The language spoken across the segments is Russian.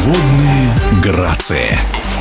Водные грации.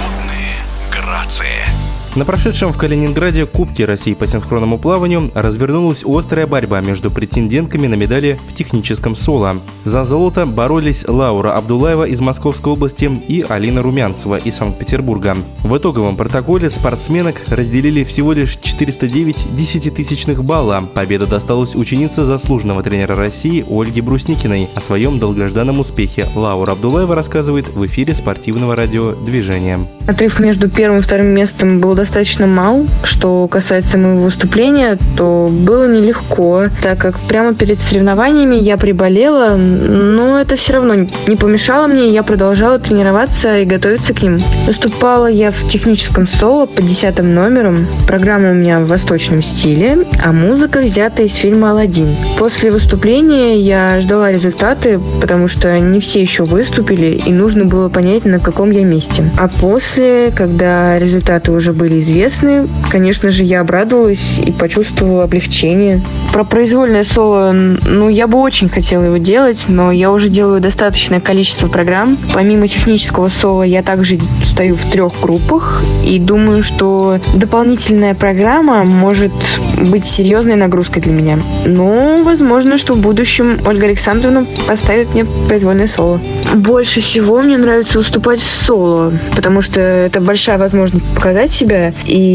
На прошедшем в Калининграде Кубке России по синхронному плаванию развернулась острая борьба между претендентками на медали в техническом соло. За золото боролись Лаура Абдулаева из Московской области и Алина Румянцева из Санкт-Петербурга. В итоговом протоколе спортсменок разделили всего лишь 409 десятитысячных балла. Победа досталась ученице заслуженного тренера России Ольге Брусникиной. О своем долгожданном успехе Лаура Абдулаева рассказывает в эфире спортивного радио «Движение». Отрыв между первым и вторым местом был достаточно мал. Что касается моего выступления, то было нелегко, так как прямо перед соревнованиями я приболела, но это все равно не помешало мне, я продолжала тренироваться и готовиться к ним. Выступала я в техническом соло под 10 номером. Программа у меня в восточном стиле, а музыка взята из фильма «Аладдин». После выступления я ждала результаты, потому что не все еще выступили, и нужно было понять, на каком я месте. А после, когда результаты уже были известны, конечно же, я обрадовалась и почувствовала облегчение. Про произвольное соло, я бы очень хотела его делать, но я уже делаю достаточное количество программ. Помимо технического соло, я также стою в 3 группах, и думаю, что дополнительная программа может быть серьезной нагрузкой для меня. Но, возможно, что в будущем Ольга Александровна поставит мне произвольное соло. Больше всего мне нравится выступать в соло, потому что это большая возможность показать себя,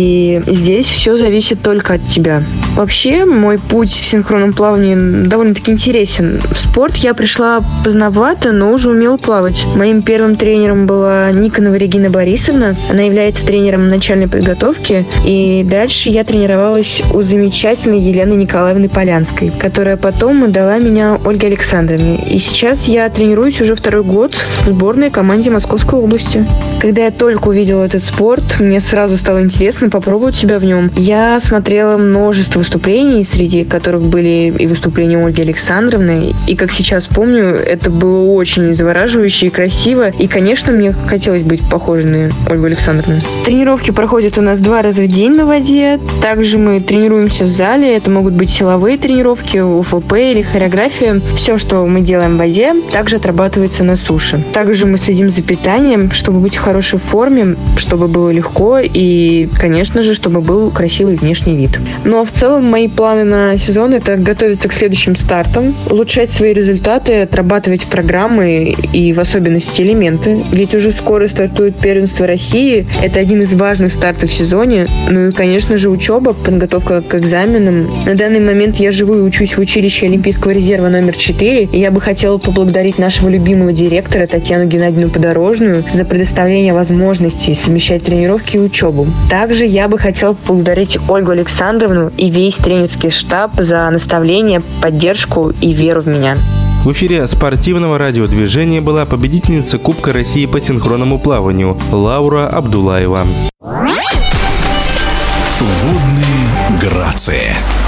и здесь все зависит только от тебя. Вообще, мой путь в синхронном плавании довольно-таки интересен. В спорт я пришла поздновато, но уже умела плавать. Моим первым тренером была Никонова Регина Борисовна. Она является тренером начальной подготовки. И дальше я тренировалась у замечательной Елены Николаевны Полянской, которая потом дала меня Ольге Александровне. И сейчас я тренируюсь уже 2-й год в сборной команде Московской области. Когда я только увидела этот спорт, мне сразу стало интересно попробовать себя в нем. Я смотрела множество выступлений, среди которых были и выступления Ольги Александровны. И, как сейчас помню, это было очень завораживающе и красиво. И, конечно, мне хотелось быть похожей на Ольгу Александровну. Тренировки проходят у нас 2 раза в день на воде. Также мы тренируемся в зале. Это могут быть силовые тренировки, УФП или хореография. Все, что мы делаем в воде, также отрабатывается на суше. Также мы следим за питанием, чтобы быть в хорошей форме, чтобы было легко и, конечно же, чтобы был красивый внешний вид. Ну а в целом мои планы на сезон — это готовиться к следующим стартам, улучшать свои результаты, отрабатывать программы и в особенности элементы. Ведь уже скоро стартует первенство России. Это один из важных стартов в сезоне. Ну и, конечно же, учеба, подготовка к экзаменам. На данный момент я живу и учусь в училище Олимпийского резерва номер 4. И я бы хотела поблагодарить нашего любимого директора Татьяну Геннадьевну Подорожную за предоставление возможности совмещать тренировки и учебу. Также я бы хотела поблагодарить Ольгу Александровну и весь тренерский штаб за наставление, поддержку и веру в меня. В эфире спортивного радиодвижения была победительница Кубка России по синхронному плаванию Лаура Абдулаева. Водные грации.